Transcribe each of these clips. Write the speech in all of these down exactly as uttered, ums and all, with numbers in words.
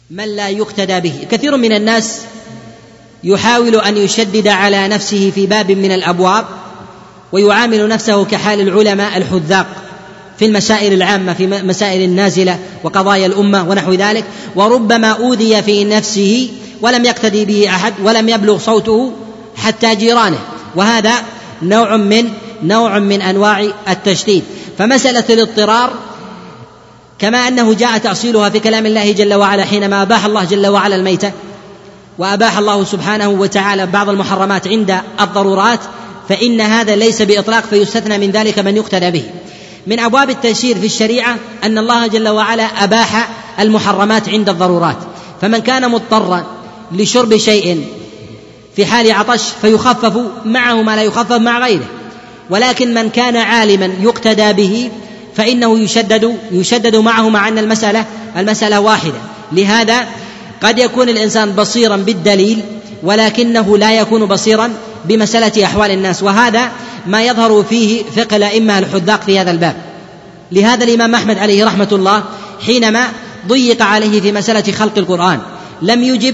من لا يقتدى به. كثير من الناس يحاول أن يشدد على نفسه في باب من الأبواب ويعامل نفسه كحال العلماء الحذاق في المسائل العامة، في مسائل النازلة وقضايا الأمة ونحو ذلك، وربما أوذي في نفسه ولم يقتدي به أحد ولم يبلغ صوته حتى جيرانه، وهذا نوع من نوع من أنواع التشديد. فمسألة الاضطرار كما أنه جاء تأصيلها في كلام الله جل وعلا حينما أباح الله جل وعلا الميتة، وأباح الله سبحانه وتعالى بعض المحرمات عند الضرورات، فإن هذا ليس بإطلاق، فيستثنى من ذلك من يقتدى به. من أبواب التيسير في الشريعة أن الله جل وعلا أباح المحرمات عند الضرورات، فمن كان مضطرا لشرب شيء في حال عطش فيخفف معه ما لا يخفف مع غيره، ولكن من كان عالما يقتدى به فإنه يشدد يشدد معه، مع أن المسألة المسألة واحدة. لهذا قد يكون الإنسان بصيرا بالدليل ولكنه لا يكون بصيرا بمسألة أحوال الناس، وهذا ما يظهر فيه فقه الأئمة الحذاق في هذا الباب. لهذا الإمام أحمد عليه رحمة الله حينما ضيق عليه في مسألة خلق القرآن لم يجب،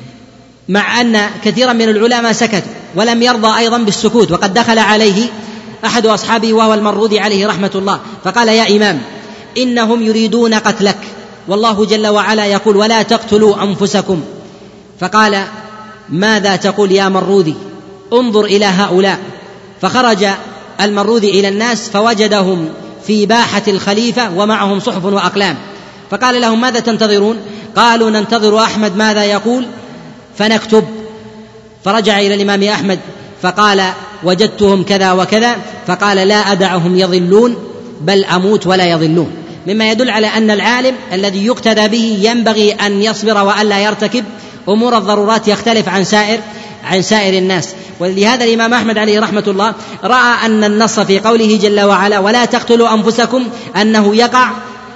مع أن كثيرا من العلماء سكتوا، ولم يرضى أيضا بالسكوت، وقد دخل عليه أحد أصحابه وهو المروذي عليه رحمة الله فقال: يا إمام، إنهم يريدون قتلك، والله جل وعلا يقول: ولا تقتلوا أنفسكم. فقال: ماذا تقول يا مروذي؟ انظر إلى هؤلاء. فخرج المروذي إلى الناس فوجدهم في باحة الخليفة ومعهم صحف وأقلام، فقال لهم: ماذا تنتظرون؟ قالوا: ننتظر أحمد ماذا يقول فنكتب. فرجع إلى الإمام أحمد فقال: وجدتهم كذا وكذا. فقال: لا أدعهم يضلون بل أموت ولا يضلون، مما يدل على أن العالم الذي يقتدى به ينبغي أن يصبر وألا يرتكب أمور الضرورات، يختلف عن سائر عن سائر الناس. ولهذا الإمام أحمد عليه رحمة الله رأى أن النص في قوله جل وعلا: ولا تقتلوا أنفسكم أنه يقع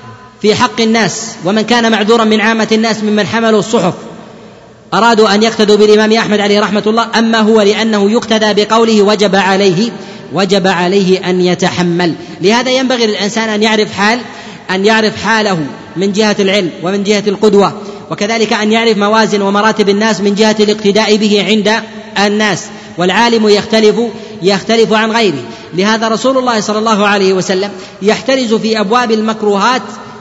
في حق الناس، ومن كان معذورا من عامة الناس ممن حملوا الصحف أرادوا أن يقتدوا بالإمام أحمد عليه رحمة الله. أما هو لأنه يقتدى بقوله وجب عليه وجب عليه أن يتحمل. لهذا ينبغي للإنسان أن يعرف حال أن يعرف حاله من جهة العلم ومن جهة القدوة، وكذلك أن يعرف موازن ومراتب الناس من جهة الاقتداء به عند الناس، والعالم يختلف يختلف عن غيره. لهذا رسول الله صلى الله عليه وسلم يحترز في أبواب المكروهات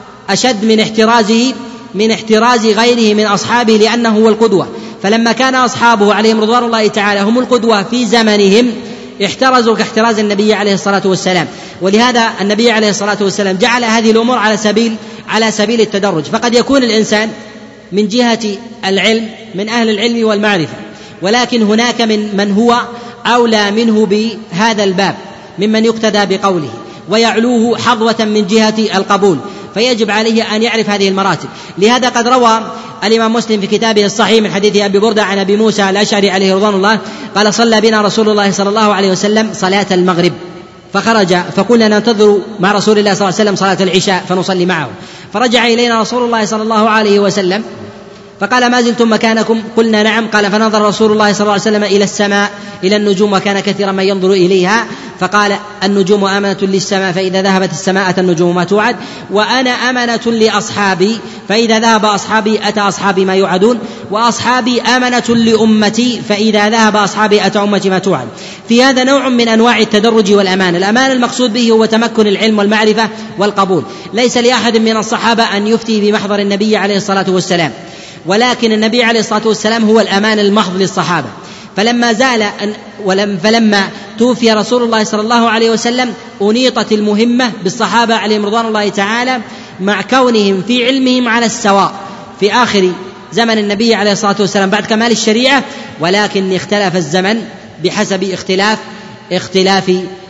أشد من احترازه من احتراز غيره من أصحابه، لأنه هو القدوة. فلما كان أصحابه عليهم رضوان الله تعالى هم القدوة في زمنهم احترزوا كاحتراز النبي عليه الصلاة والسلام. ولهذا النبي عليه الصلاة والسلام جعل هذه الأمور على سبيل على سبيل التدرج. فقد يكون الإنسان من جهة العلم من أهل العلم والمعرفة، ولكن هناك من من هو أولى منه بهذا الباب ممن يقتدى بقوله ويعلوه حظوة من جهة القبول، فيجب عليه أن يعرف هذه المراتب. لهذا قد روى الإمام مسلم في كتابه الصحيح من حديث أبي بردة عن أبي موسى الأشعري عليه رضوان الله قال: صلى بنا رسول الله صلى الله عليه وسلم صلاة المغرب، فخرج فقلنا ننتظر مع رسول الله صلى الله عليه وسلم صلاة العشاء فنصلي معه، فرجع إلينا رسول الله صلى الله عليه وسلم فقال: ما زلتم مكانكم؟ قلنا: نعم. قال: فنظر رسول الله صلى الله عليه وسلم إلى السماء إلى النجوم، وكان كثيرا ما ينظر إليها، فقال: النجوم أمنة للسماء، فإذا ذهبت السماء أتى النجوم ما توعد، وأنا أمنة لأصحابي، فإذا ذهب أصحابي أتى أصحابي ما يوعدون، وأصحابي أمنة لأمتي، فإذا ذهب أصحابي أتى أمتي ما توعد. في هذا نوع من أنواع التدرج والأمان. الأمان المقصود به هو تمكن العلم والمعرفة والقبول. ليس لأحد من الصحابة أن يفتي بمحضر النبي عليه الصلاة والسلام، ولكن النبي عليه الصلاة والسلام هو الأمان المحض للصحابة. فلما زال ولم فلما توفي رسول الله صلى الله عليه وسلم أنيطت المهمة بالصحابة عليهم رضوان الله تعالى، مع كونهم في علمهم على السواء في آخر زمن النبي عليه الصلاة والسلام بعد كمال الشريعة، ولكن اختلف الزمن بحسب اختلاف اختلاف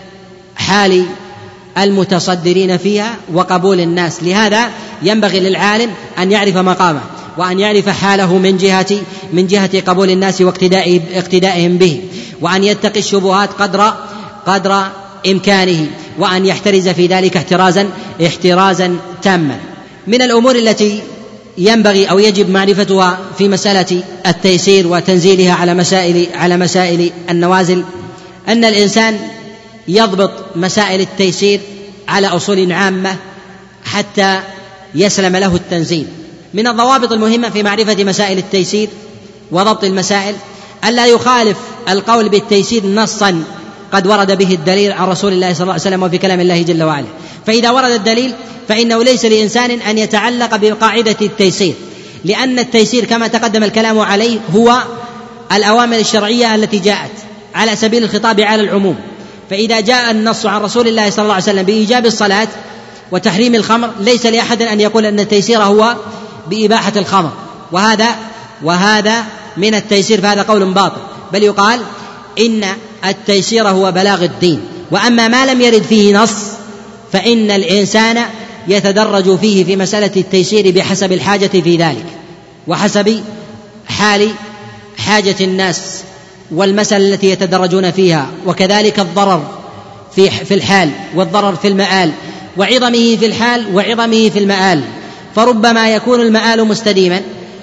حال المتصدرين فيها وقبول الناس. لهذا ينبغي للعالم أن يعرف مقامه وأن يعرف حاله من جهة من جهة قبول الناس واقتداء اقتدائهم به، وأن يتقي الشبهات قدر قدر إمكانه، وأن يحترز في ذلك احترازا احترازا تاما. من الأمور التي ينبغي أو يجب معرفتها في مسألة التيسير وتنزيلها على مسائل على مسائل النوازل أن الإنسان يضبط مسائل التيسير على أصول عامة حتى يسلم له التنزيل. من الضوابط المهمة في معرفة مسائل التيسير وضبط المسائل ألا يخالف القول بالتيسير نصا قد ورد به الدليل عن رسول الله صلى الله عليه وسلم وفي كلام الله جل وعلا. فإذا ورد الدليل فإنه ليس لإنسان أن يتعلق بقاعدة التيسير، لأن التيسير كما تقدم الكلام عليه هو الأوامر الشرعية التي جاءت على سبيل الخطاب على العموم. فإذا جاء النص عن رسول الله صلى الله عليه وسلم بإيجاب الصلاة وتحريم الخمر ليس لأحد أن يقول أن التيسير هو بإباحة الخمر، وهذا وهذا من التيسير، فهذا قول باطل، بل يقال إن التيسير هو بلاغ الدين. وأما ما لم يرد فيه نص فإن الإنسان يتدرج فيه في مسألة التيسير بحسب الحاجة في ذلك وحسب حال حاجة الناس والمسألة التي يتدرجون فيها، وكذلك الضرر في في الحال والضرر في المآل، وعظمه في الحال وعظمه في المآل. فربما يكون المآل مستديما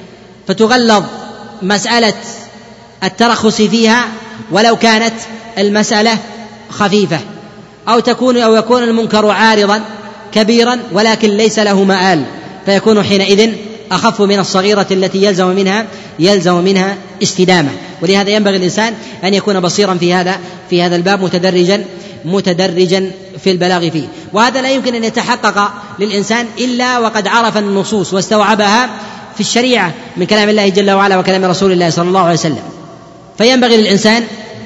فتغلظ مسألة الترخص فيها ولو كانت المسألة خفيفة، أو تكون أو يكون المنكر عارضا كبيرا ولكن ليس له مآل، فيكون حينئذ أخف من الصغيرة التي يلزم منها يلزم منها استدامة. ولهذا ينبغي الإنسان أن يكون بصيرا في هذا في هذا الباب متدرجا متدرجا في البلاغ فيه. وهذا لا يمكن أن يتحقق للإنسان إلا وقد عرف النصوص واستوعبها في الشريعة من كلام الله جل وعلا وكلام رسول الله صلى الله عليه وسلم. فينبغي للإنسان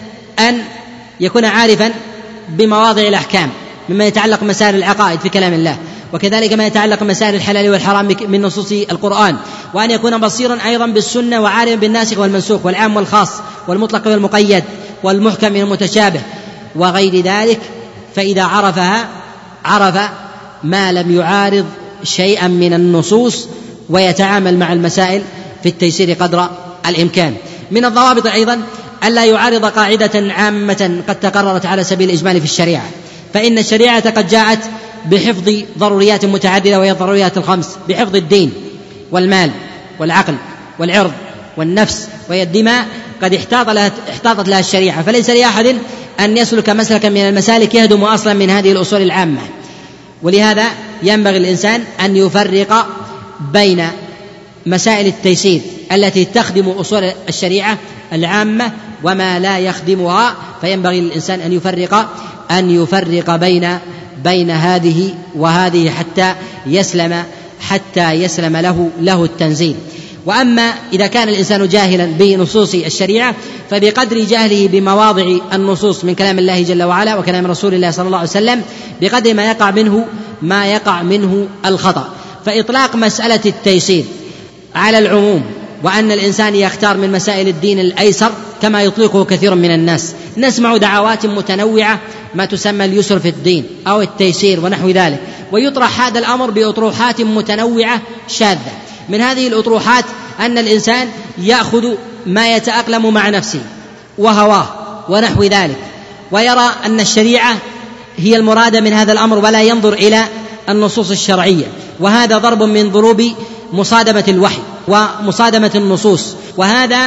أن يكون عارفا بمواضع الأحكام مما يتعلق مسائل العقائد في كلام الله، وكذلك ما يتعلق مسائل الحلال والحرام من نصوص القرآن، وأن يكون بصيرا أيضا بالسنة وعارفا بالناسخ والمنسوخ والعام والخاص والمطلق والمقيد والمحكم من المتشابه وغير ذلك. فإذا عرفها عرف ما لم يعارض شيئا من النصوص ويتعامل مع المسائل في التيسير قدر الإمكان. من الضوابط أيضا ألا يعارض قاعدة عامة قد تقررت على سبيل الإجمال في الشريعة، فإن الشريعة قد جاءت بحفظ ضروريات متعددة وهي الضروريات الخمس، بحفظ الدين والمال والعقل والعرض والنفس وهي الدماء، قد احتاط لها احتاطت لها الشريعة، فليس لأحد أن يسلك مسلكا من المسالك يهدم أصلا من هذه الأصول العامة. ولهذا ينبغي الإنسان أن يفرق بين مسائل التيسير التي تخدم أصول الشريعة العامة وما لا يخدمها، فينبغي للإنسان أن يفرق أن يفرق بين بين هذه وهذه حتى يسلم حتى يسلم له له التنزيل. وأما إذا كان الإنسان جاهلا بنصوص الشريعة فبقدر جهله بمواضع النصوص من كلام الله جل وعلا وكلام رسول الله صلى الله عليه وسلم بقدر ما يقع منه ما يقع منه الخطأ. فإطلاق مسألة التيسير على العموم وأن الإنسان يختار من مسائل الدين الأيسر كما يطلقه كثير من الناس، نسمع دعوات متنوعة ما تسمى اليسر في الدين أو التيسير ونحو ذلك، ويطرح هذا الأمر بأطروحات متنوعة شاذة. من هذه الأطروحات أن الإنسان يأخذ ما يتأقلم مع نفسه وهواه ونحو ذلك، ويرى أن الشريعة هي المرادة من هذا الأمر ولا ينظر إلى النصوص الشرعية، وهذا ضرب من ضروب مصادمة الوحي ومصادمة النصوص، وهذا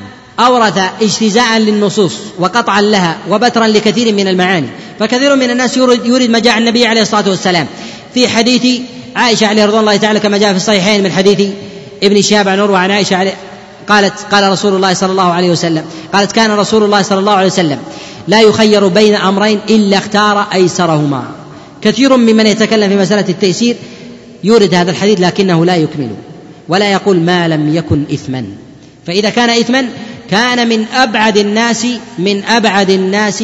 أورث اجتزاء للنصوص وقطعا لها وبترا لكثير من المعاني. فكثير من الناس يريد, يريد ما جاء النبي عليه الصلاة والسلام في حديث عائشة عليه رضوان الله تعالى كما جاء في الصحيحين من حديث ابن شهاب عن عروة عن عائشة عليه قالت قال رسول الله صلى الله عليه وسلم قالت كان رسول الله صلى الله عليه وسلم لا يخير بين أمرين إلا اختار أيسرهما. كثير ممن يتكلم في مسألة التيسير يورد هذا الحديث لكنه لا يكمله ولا يقول ما لم يكن إثما، فإذا كان إثما كان من أبعد الناس من أبعد الناس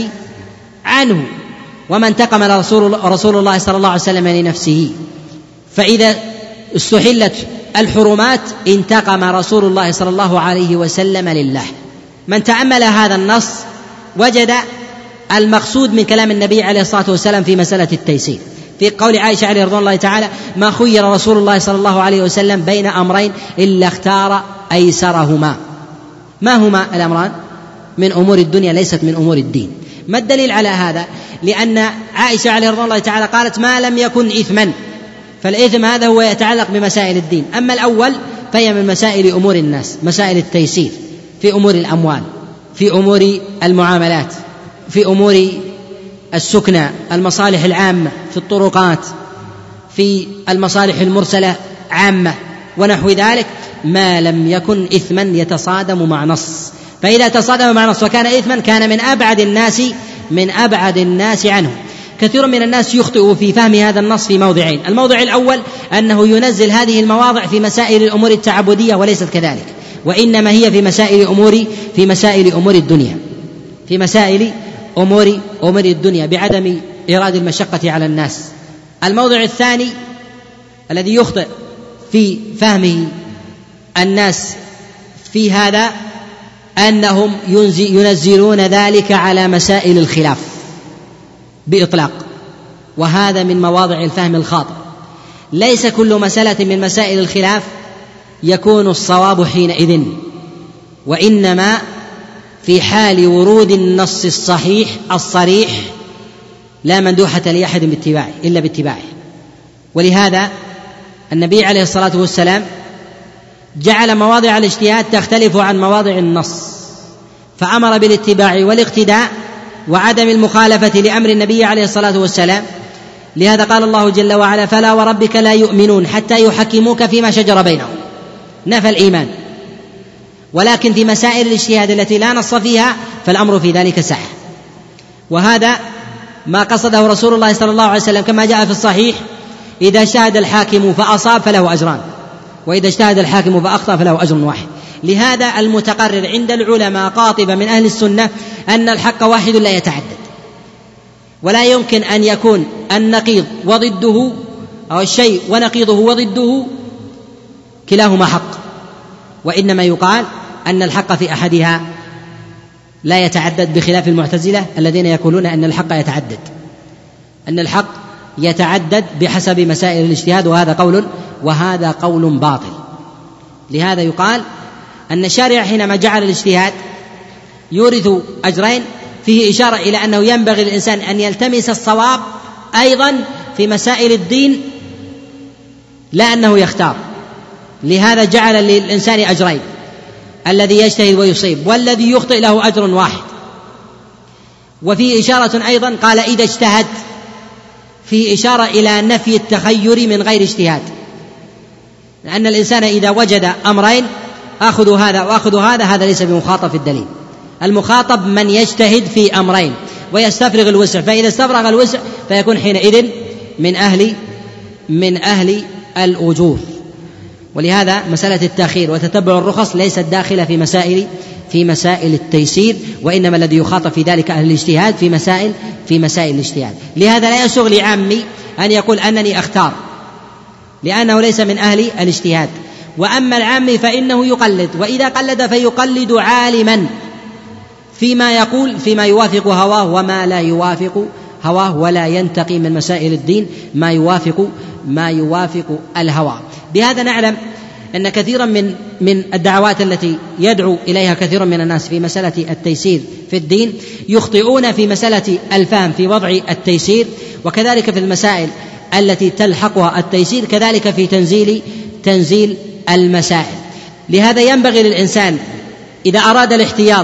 عنه، وما انتقم رسول, رسول الله صلى الله عليه وسلم لنفسه. فإذا استحلت الحرمات انتقم رسول الله صلى الله عليه وسلم لله. من تأمل هذا النص وجد المقصود من كلام النبي عليه الصلاة والسلام في مسألة التيسير في قول عائشة عليه رضوان الله تعالى ما خير رسول الله صلى الله عليه وسلم بين أمرين إلا اختار أيسرهما. ما هما الأمران؟ من أمور الدنيا ليست من أمور الدين. ما الدليل على هذا؟ لأن عائشة عليه رضوان الله تعالى قالت ما لم يكن إثما، فالإثم هذا هو يتعلق بمسائل الدين. أما الأول فهي من مسائل أمور الناس، مسائل التيسير في أمور الأموال، في أمور المعاملات، في أمور السكنى، المصالح العامة في الطرقات، في المصالح المرسلة عامة ونحو ذلك، ما لم يكن إثما يتصادم مع نص. فإذا تصادم مع نص وكان إثما كان من أبعد الناس من أبعد الناس عنه. كثير من الناس يخطئ في فهم هذا النص في موضعين: الموضع الأول أنه ينزل هذه المواضع في مسائل الأمور التعبدية، وليست كذلك، وإنما هي في مسائل أمور في مسائل أمور الدنيا في مسائل أمور أمور الدنيا بعدم إيراد المشقة على الناس. الموضع الثاني الذي يخطئ في فهمه الناس في هذا أنهم ينزلون ذلك على مسائل الخلاف بإطلاق، وهذا من مواضع الفهم الخاطئ. ليس كل مسألة من مسائل الخلاف يكون الصواب حينئذ، وإنما في حال ورود النص الصحيح الصريح لا مندوحة لأحد باتباعه إلا باتباعه. ولهذا النبي عليه الصلاة والسلام جعل مواضع الاجتهاد تختلف عن مواضع النص، فأمر بالاتباع والاقتداء وعدم المخالفة لأمر النبي عليه الصلاة والسلام. لهذا قال الله جل وعلا: فلا وربك لا يؤمنون حتى يحكموك فيما شجر بينهم. نفى الإيمان، ولكن في مسائل الاجتهاد التي لا نص فيها فالأمر في ذلك سعة. وهذا ما قصده رسول الله صلى الله عليه وسلم كما جاء في الصحيح: إذا اجتهد الحاكم فأصاب فله أجران، وإذا اجتهد الحاكم فأخطأ فله أجر واحد. لهذا المتقرر عند العلماء قاطبة من أهل السنة أن الحق واحد لا يتعدد، ولا يمكن أن يكون النقيض وضده أو الشيء ونقيضه وضده كلاهما حق، وإنما يقال أن الحق في أحدها لا يتعدد، بخلاف المعتزلة الذين يقولون أن الحق يتعدد أن الحق يتعدد بحسب مسائل الاجتهاد، وهذا قول وهذا قول باطل. لهذا يقال أن الشارع حينما جعل الاجتهاد يورث أجرين فيه إشارة إلى أنه ينبغي للإنسان أن يلتمس الصواب أيضا في مسائل الدين، لا أنه يختار. لهذا جعل للإنسان أجرين: الذي يجتهد ويصيب والذي يخطئ له أجر واحد. وفي إشارة أيضا قال إذا اجتهد، في إشارة إلى نفي التخير من غير اجتهاد، لأن الإنسان إذا وجد أمرين أخذ هذا وأخذ هذا هذا ليس بمخاطب في الدليل. المخاطب من يجتهد في أمرين ويستفرغ الوسع، فإذا استفرغ الوسع فيكون حينئذ من أهل من أهل الأجور. ولهذا مسألة التأخير وتتبع الرخص ليست داخلة في مسائل في مسائل التيسير، وإنما الذي يخاطب في ذلك أهل الاجتهاد في مسائل في مسائل الاجتهاد. لهذا لا يسوغ لعامي أن يقول أنني أختار، لأنه ليس من أهل الاجتهاد. وأما العامي فإنه يقلد، وإذا قلد فيقلد عالما فيما يقول فيما يوافق هواه وما لا يوافق هواه، ولا ينتقي من مسائل الدين ما يوافق ما يوافق الهوى. بهذا نعلم أن كثيرا من من الدعوات التي يدعو إليها كثير من الناس في مسألة التيسير في الدين يخطئون في مسألة الفهم في وضع التيسير، وكذلك في المسائل التي تلحقها التيسير، كذلك في تنزيل تنزيل المسائل. لهذا ينبغي للإنسان إذا أراد الاحتياط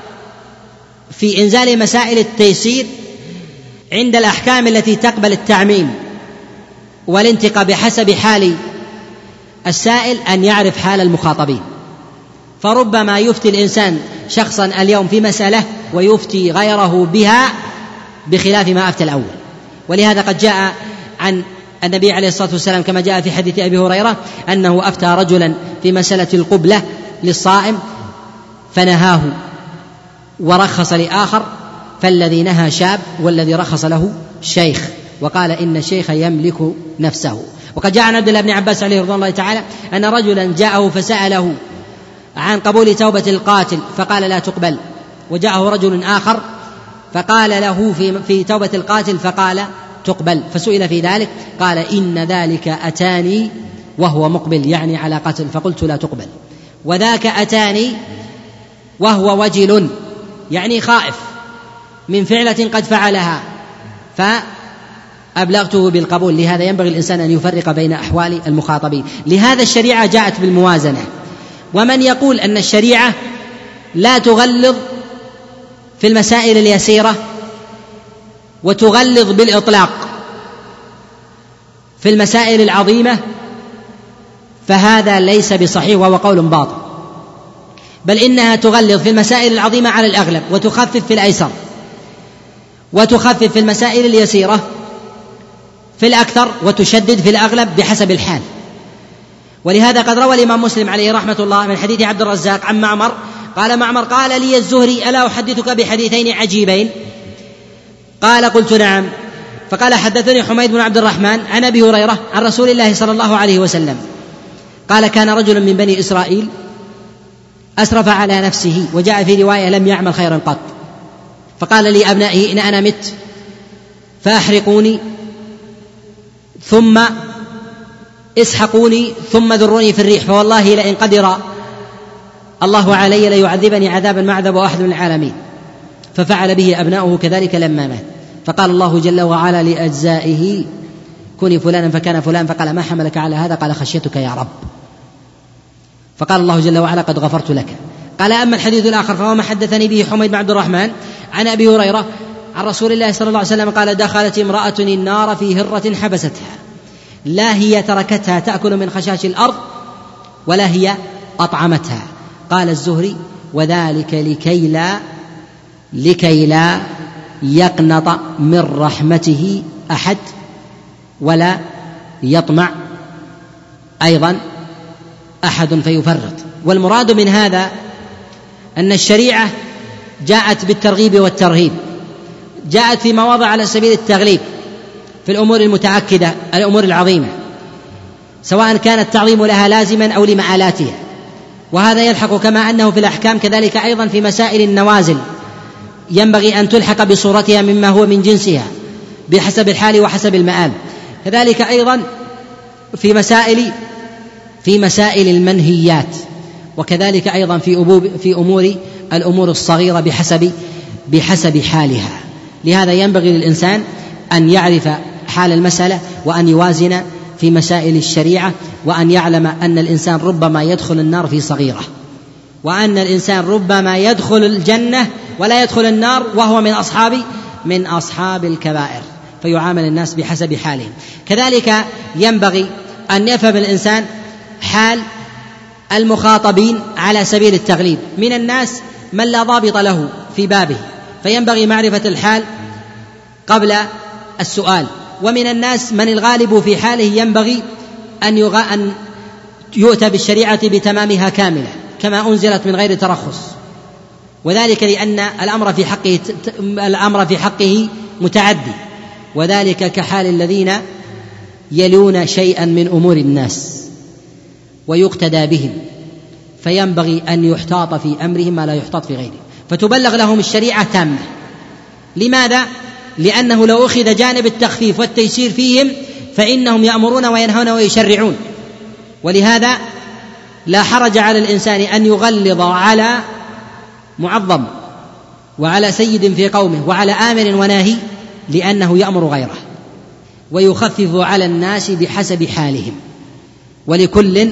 في إنزال مسائل التيسير عند الأحكام التي تقبل التعميم والانتقاء بحسب حال السائل أن يعرف حال المخاطبين. فربما يفتي الإنسان شخصا اليوم في مسألة ويفتي غيره بها بخلاف ما أفتى الأول. ولهذا قد جاء عن النبي عليه الصلاة والسلام كما جاء في حديث أبي هريرة أنه أفتى رجلا في مسألة القبلة للصائم فنهاه ورخص لآخر، فالذي نهى شاب والذي رخص له شيخ، وقال إن الشيخ يملك نفسه. وقد جاء عن عبد الله بن عباس عليه رضوان الله تعالى أن رجلا جاءه فسأله عن قبول توبة القاتل فقال لا تقبل، وجاءه رجل آخر فقال له في, في توبة القاتل فقال تقبل، فسئل في ذلك قال إن ذلك أتاني وهو مقبل يعني على قتل فقلت لا تقبل، وذاك أتاني وهو وجل يعني خائف من فعلة قد فعلها فأبلغته بالقبول. لهذا ينبغي الإنسان أن يفرق بين أحوال المخاطبين. لهذا الشريعة جاءت بالموازنة. ومن يقول أن الشريعة لا تغلظ في المسائل اليسيرة وتغلظ بالإطلاق في المسائل العظيمة فهذا ليس بصحيح وهو قول باطل، بل إنها تغلظ في المسائل العظيمة على الأغلب وتخفف في الأيسر، وتخفف في المسائل اليسيرة في الأكثر، وتشدد في الأغلب بحسب الحال. ولهذا قد روى الإمام مسلم عليه رحمة الله من حديث عبد الرزاق عن معمر قال معمر قال لي الزهري ألا أحدثك بحديثين عجيبين؟ قال قلت نعم. فقال حدثني حميد بن عبد الرحمن عن أبي هريرة عن رسول الله صلى الله عليه وسلم قال كان رجل من بني إسرائيل أسرف على نفسه، وجاء في رواية لم يعمل خيرا قط، فقال لي أبنائي إن أنا مت فأحرقوني ثم اسحقوني ثم ذروني في الريح، فوالله لئن قدر الله علي ليعذبني عذابا ما عذب أحد من العالمين. ففعل به أبناؤه كذلك لما مات. فقال الله جل وعلا لأجزائه كوني فلانا فكان فلان، فقال ما حملك على هذا؟ قال خشيتك يا رب. فقال الله جل وعلا قد غفرت لك. قال أما الحديث الآخر فهو ما حدثني به حميد بن عبد الرحمن عن أبي هريرة عن رسول الله صلى الله عليه وسلم قال دخلت امرأة النار في هرة حبستها، لا هي تركتها تأكل من خشاش الأرض ولا هي أطعمتها. قال الزهري وذلك لكي لا لكي لا يقنط من رحمته أحد ولا يطمع أيضا أحد فيفرط. والمراد من هذا أن الشريعة جاءت بالترغيب والترهيب، جاءت في مواضع على سبيل التغليب في الأمور المتأكدة الأمور العظيمة، سواء كان التعظيم لها لازما أو لمآلاتها، وهذا يلحق كما أنه في الأحكام كذلك أيضا في مسائل النوازل ينبغي أن تلحق بصورتها مما هو من جنسها بحسب الحال وحسب المآل. كذلك أيضا في مسائل في مسائل المنهيات، وكذلك أيضا في أبوب في أمور الأمور الصغيرة بحسب بحسب حالها. لهذا ينبغي للإنسان أن يعرف حال المسألة وأن يوازن في مسائل الشريعة، وأن يعلم أن الإنسان ربما يدخل النار في صغيرة، وأن الإنسان ربما يدخل الجنة ولا يدخل النار وهو من أصحاب من أصحاب الكبائر، فيعامل الناس بحسب حالهم. كذلك ينبغي أن يفهم الإنسان حال المخاطبين على سبيل التغليب. من الناس من لا ضابط له في بابه، فينبغي معرفة الحال قبل السؤال، ومن الناس من الغالب في حاله ينبغي أن, يغ... أن يؤتى بالشريعة بتمامها كاملة كما أنزلت من غير ترخص، وذلك لأن الأمر في حقه الأمر في حقه متعدي، وذلك كحال الذين يلون شيئا من أمور الناس ويقتدى بهم، فينبغي أن يحتاط في أمرهم ما لا يحتاط في غيره، فتبلغ لهم الشريعة تامة. لماذا؟ لأنه لو أخذ جانب التخفيف والتيسير فيهم فإنهم يأمرون وينهون ويشرعون. ولهذا لا حرج على الإنسان أن يغلظ على معظم وعلى سيد في قومه وعلى آمر وناهي، لأنه يأمر غيره، ويخفف على الناس بحسب حالهم، ولكل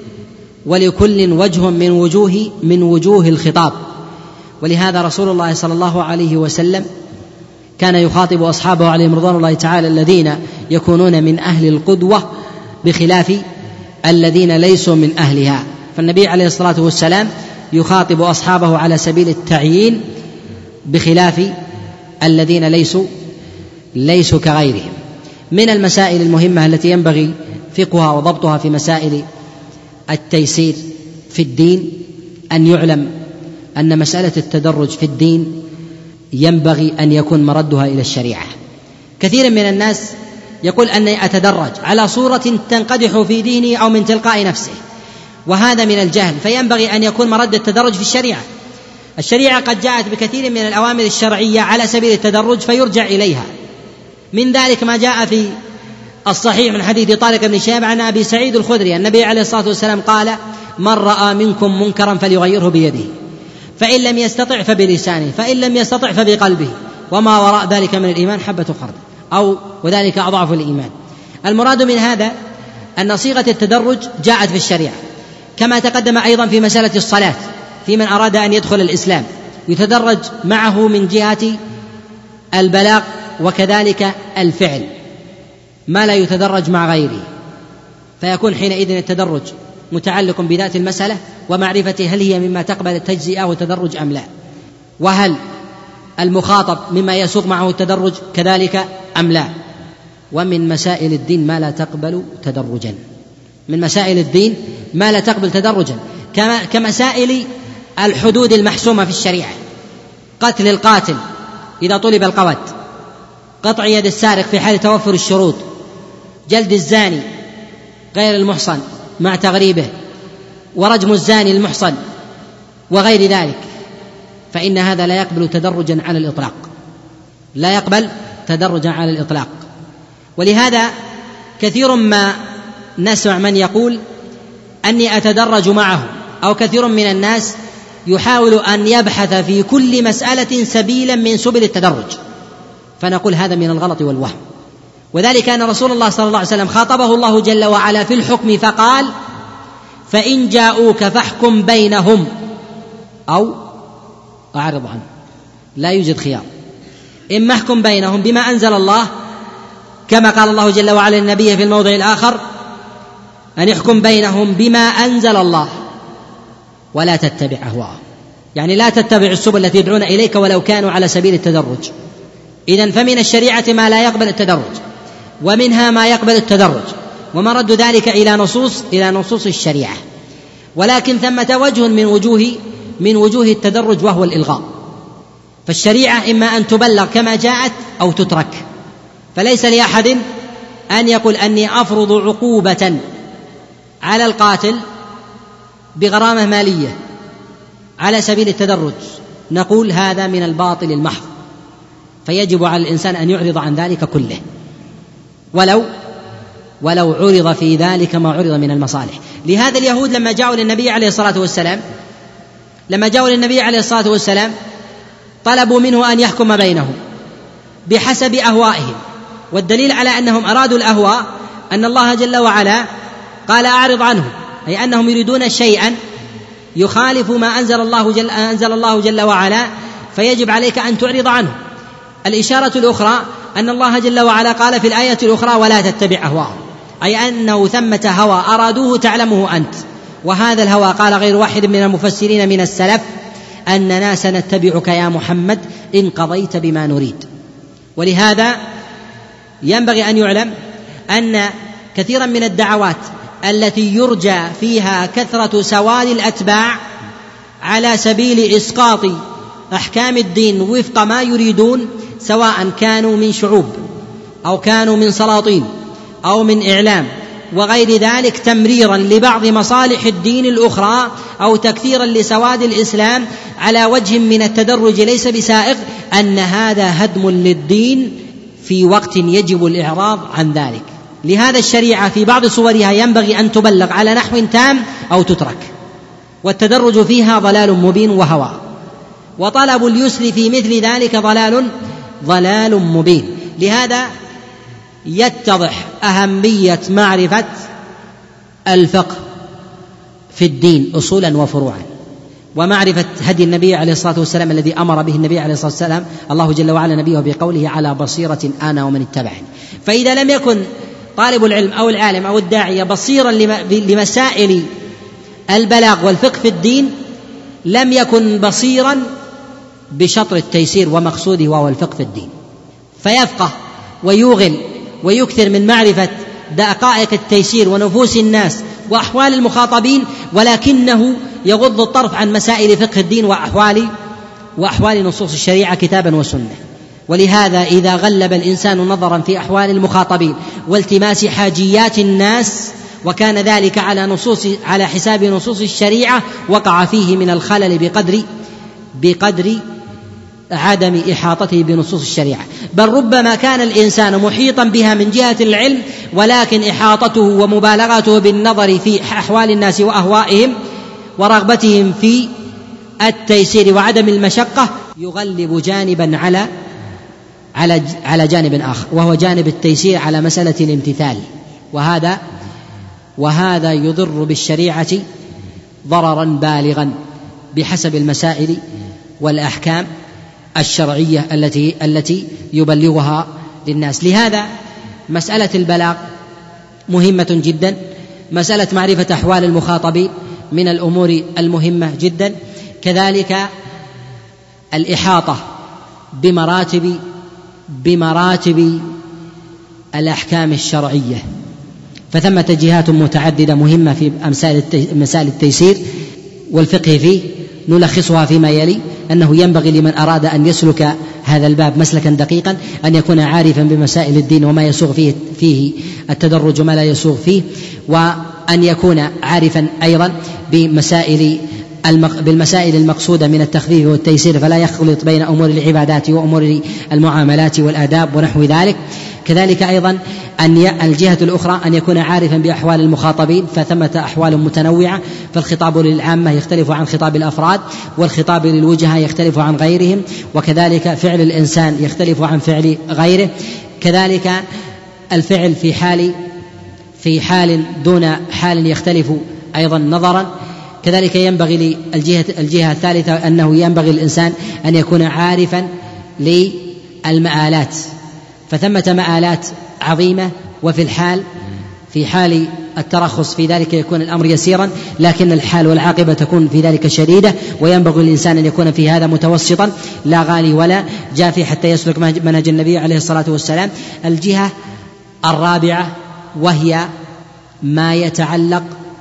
ولكل وجه من وجوه من وجوه الخطاب. ولهذا رسول الله صلى الله عليه وسلم كان يخاطب أصحابه عليهم رضوان الله تعالى الذين يكونون من أهل القدوة بخلاف الذين ليسوا من أهلها. فالنبي عليه الصلاة والسلام يخاطب أصحابه على سبيل التعيين بخلاف الذين ليسوا ليسوا كغيرهم. من المسائل المهمة التي ينبغي فقهها وضبطها في مسائل التيسير في الدين أن يعلم أن مسألة التدرج في الدين ينبغي أن يكون مردها إلى الشريعة. كثير من الناس يقول أني أتدرج على صورة تنقدح في ديني أو من تلقاء نفسه، وهذا من الجهل، فينبغي أن يكون مرد التدرج في الشريعة. الشريعة قد جاءت بكثير من الأوامر الشرعية على سبيل التدرج فيرجع إليها. من ذلك ما جاء في الصحيح من حديث طارق بن شهاب عن أبي سعيد الخدري النبي عليه الصلاة والسلام قال من رأى منكم منكرا فليغيره بيده، فإن لم يستطع فبلسانه، فإن لم يستطع فبقلبه، وما وراء ذلك من الإيمان حبة خردل، أو وذلك أضعف الإيمان. المراد من هذا أن صيغة التدرج جاءت في الشريعة، كما تقدم أيضا في مسألة الصلاة في من أراد أن يدخل الإسلام يتدرج معه من جهة البلاغ وكذلك الفعل ما لا يتدرج مع غيره، فيكون حينئذ التدرج متعلق بذات المسألة ومعرفة هل هي مما تقبل التجزئة والتدرج أم لا، وهل المخاطب مما يسوق معه التدرج كذلك أم لا. ومن مسائل الدين ما لا تقبل تدرجا، من مسائل الدين ما لا تقبل تدرجا كمسائل الحدود المحسومة في الشريعة، قتل القاتل إذا طلب القود، قطع يد السارق في حال توفر الشروط، جلد الزاني غير المحصن مع تغريبه، ورجم الزاني المحصن وغير ذلك، فإن هذا لا يقبل تدرجا على الإطلاق، لا يقبل تدرجا على الإطلاق. ولهذا كثير ما نسمع من يقول أني أتدرج معه، أو كثير من الناس يحاول أن يبحث في كل مسألة سبيلا من سبل التدرج، فنقول هذا من الغلط والوهم. وذلك أن رسول الله صلى الله عليه وسلم خاطبه الله جل وعلا في الحكم فقال: فإن جاءوك فاحكم بينهم أو أعرض عنه، لا يوجد خيار، إما احكم بينهم بما أنزل الله، كما قال الله جل وعلا للنبي في الموضع الآخر أن يحكم بينهم بما أنزل الله ولا تتبع أهواءهم، يعني لا تتبع السبل التي يدعون إليك ولو كانوا على سبيل التدرج. إذن فمن الشريعة ما لا يقبل التدرج، ومنها ما يقبل التدرج، ومرد ذلك إلى نصوص إلى نصوص الشريعة. ولكن ثمة وجه من وجوه من وجوه التدرج وهو الإلغاء، فالشريعة إما أن تبلغ كما جاءت أو تترك، فليس لأحد أن يقول أني أفرض عقوبة على القاتل بغرامة مالية على سبيل التدرج، نقول هذا من الباطل المحض، فيجب على الإنسان أن يعرض عن ذلك كله، ولو ولو عرض في ذلك ما عرض من المصالح. لهذا اليهود لما جاءوا للنبي عليه الصلاة والسلام لما جاءوا للنبي عليه الصلاة والسلام طلبوا منه أن يحكم بينهم بحسب أهوائهم، والدليل على أنهم أرادوا الأهواء أن الله جل وعلا قال أعرض عنه، أي أنهم يريدون شيئا يخالف ما أنزل الله جل, أنزل الله جل وعلا، فيجب عليك أن تعرض عنه. الإشارة الأخرى أن الله جل وعلا قال في الآية الأخرى ولا تتبع أهواءهم، أي أنه ثمة هوى أرادوه تعلمه أنت، وهذا الهوى قال غير واحد من المفسرين من السلف أننا سنتبعك يا محمد إن قضيت بما نريد. ولهذا ينبغي أن يعلم أن كثيرا من الدعوات التي يرجى فيها كثرة سواد الأتباع على سبيل إسقاط أحكام الدين وفق ما يريدون، سواء كانوا من شعوب أو كانوا من سلاطين أو من إعلام وغير ذلك، تمريرا لبعض مصالح الدين الأخرى أو تكثيرا لسواد الإسلام على وجه من التدرج ليس بسائغ، أن هذا هدم للدين في وقت يجب الإعراض عن ذلك. لهذا الشريعة في بعض صورها ينبغي أن تبلغ على نحو تام أو تترك، والتدرج فيها ضلال مبين وهوى، وطلب اليسر في مثل ذلك ضلال ضلال مبين. لهذا يتضح أهمية معرفة الفقه في الدين أصولا وفروعا، ومعرفة هدي النبي عليه الصلاة والسلام الذي أمر به النبي عليه الصلاة والسلام الله جل وعلا نبيه بقوله على بصيرة أنا ومن اتبعني. فإذا لم يكن طالب العلم أو العالم أو الداعية بصيرا لمسائل البلاغ والفقه في الدين، لم يكن بصيرا بشطر التيسير ومقصوده وهو الفقه في الدين، فيفقه ويوغل ويكثر من معرفة دقائق التيسير ونفوس الناس وأحوال المخاطبين، ولكنه يغض الطرف عن مسائل فقه الدين وأحوال وأحوال نصوص الشريعة كتابا وسنة. ولهذا إذا غلب الإنسان نظرا في أحوال المخاطبين والتماس حاجيات الناس وكان ذلك على نصوص على حساب نصوص الشريعة، وقع فيه من الخلل بقدر بقدر عدم إحاطته بنصوص الشريعة، بل ربما كان الإنسان محيطا بها من جهة العلم، ولكن إحاطته ومبالغته بالنظر في أحوال الناس وأهوائهم ورغبتهم في التيسير وعدم المشقة يغلب جانبا على على على جانب آخر، وهو جانب التيسير على مسألة الامتثال، وهذا وهذا يضر بالشريعة ضررا بالغا بحسب المسائل والأحكام الشرعية التي التي يبلغها للناس. لهذا مسألة البلاغ مهمة جدا، مسألة معرفة أحوال المخاطبين من الأمور المهمة جدا. كذلك الإحاطة بمراتب بمراتب الأحكام الشرعية، فثمة جهات متعددة مهمة في مسائل التيسير والفقه فيه، نلخصها فيما يلي: أنه ينبغي لمن أراد أن يسلك هذا الباب مسلكا دقيقا أن يكون عارفا بمسائل الدين وما يسوغ فيه, فيه التدرج وما لا يسوغ فيه، وأن يكون عارفا أيضا بمسائل بالمسائل المقصودة من التخفيف والتيسير، فلا يخلط بين أمور العبادات وأمور المعاملات والآداب ونحو ذلك. كذلك أيضا أن الجهة الأخرى أن يكون عارفا بأحوال المخاطبين، فثمة أحوال متنوعة، فالخطاب للعامة يختلف عن خطاب الأفراد، والخطاب للوجهاء يختلف عن غيرهم، وكذلك فعل الإنسان يختلف عن فعل غيره. كذلك الفعل في حال في حال دون حال يختلف أيضا نظرا. كذلك ينبغي للجهة الجهة الثالثة أنه ينبغي الإنسان أن يكون عارفا للمآلات، فثمة مآلات عظيمة، وفي الحال في حال الترخص في ذلك يكون الأمر يسيرا، لكن الحال والعاقبة تكون في ذلك شديدة، وينبغي الإنسان أن يكون في هذا متوسطا لا غالي ولا جافي حتى يسلك منهج النبي عليه الصلاة والسلام. الجهة الرابعة وهي ما يتعلق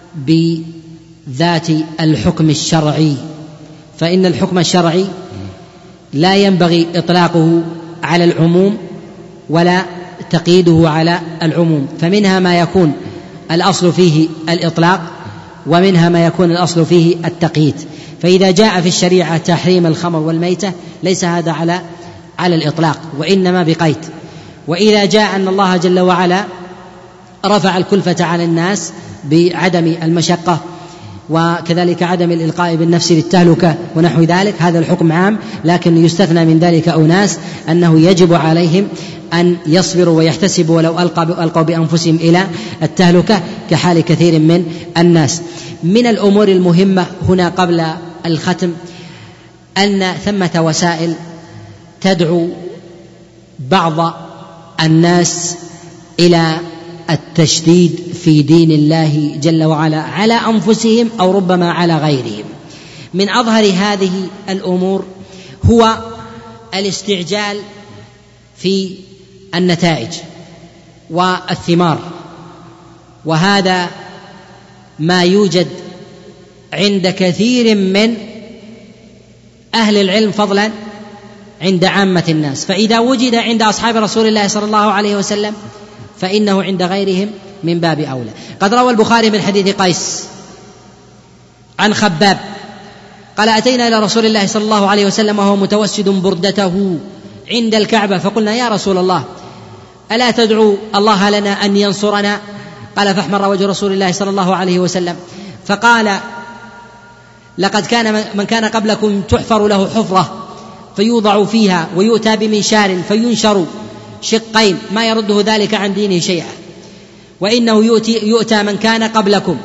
بذات الحكم الشرعي، فإن الحكم الشرعي لا ينبغي إطلاقه على العموم ولا تقييده على العموم، فمنها ما يكون الأصل فيه الإطلاق، ومنها ما يكون الأصل فيه التقييد. فإذا جاء في الشريعة تحريم الخمر والميتة ليس هذا على على الإطلاق وإنما بقيد. وإذا جاء أن الله جل وعلا رفع الكلفة على الناس بعدم المشقة وكذلك عدم الإلقاء بالنفس للتهلكة ونحو ذلك، هذا الحكم عام، لكن يستثنى من ذلك أناس أنه يجب عليهم أن يصبروا ويحتسبوا ولو ألقوا بأنفسهم إلى التهلكة كحال كثير من الناس. من الأمور المهمة هنا قبل الختم أن ثمة وسائل تدعو بعض الناس إلى التشديد في دين الله جل وعلا على أنفسهم أو ربما على غيرهم. من أظهر هذه الأمور هو الاستعجال في النتائج والثمار، وهذا ما يوجد عند كثير من أهل العلم فضلا عند عامة الناس، فإذا وجد عند أصحاب رسول الله صلى الله عليه وسلم فإنه عند غيرهم من باب أولى. قد روى البخاري من حديث قيس عن خباب قال: أتينا إلى رسول الله صلى الله عليه وسلم وهو متوسد بردته عند الكعبة، فقلنا: يا رسول الله ألا تدعو الله لنا أن ينصرنا؟ قال: فاحمر وجه رسول الله صلى الله عليه وسلم فقال: لقد كان من كان قبلكم تحفر له حفرة فيوضع فيها ويؤتى بمنشار فينشر شقين ما يرده ذلك عن دينه شيئا، وإنه يؤتي يؤتى من كان قبلكم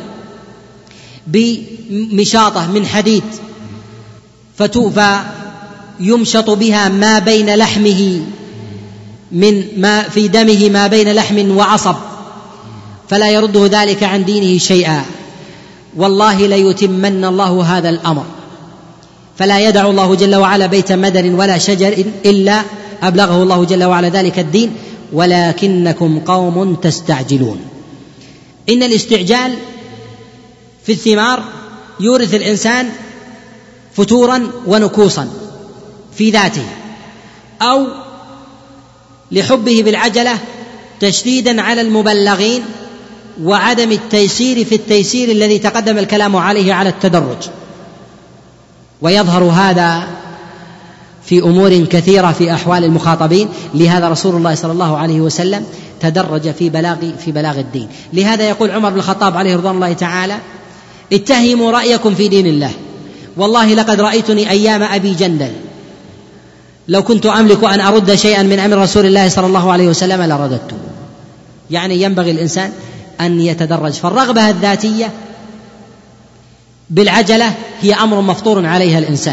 بمشاطة من حديد فتوفى يمشط بها ما بين لحمه من ما في دمه ما بين لحم وعصب فلا يرده ذلك عن دينه شيئا، والله ليتمن الله هذا الأمر، فلا يدع الله جل وعلا بيت مدر ولا شجر إلا أبلغه الله جل وعلا ذلك الدين، ولكنكم قوم تستعجلون. إن الاستعجال في الثمار يورث الإنسان فتورا ونكوصا في ذاته، أو لحبه بالعجلة تشديدا على المبلغين وعدم التيسير في التيسير الذي تقدم الكلام عليه على التدرج. ويظهر هذا في أمور كثيرة في أحوال المخاطبين، لهذا رسول الله صلى الله عليه وسلم تدرج في بلاغ في بلاغ الدين. لهذا يقول عمر بن الخطاب عليه رضوان الله تعالى: اتهموا رأيكم في دين الله، والله لقد رأيتني أيام أبي جندل لو كنت أملك أن أرد شيئا من أمر رسول الله صلى الله عليه وسلم لرددته. يعني ينبغي الإنسان أن يتدرج، فالرغبة الذاتية بالعجلة هي أمر مفطور عليها الإنسان،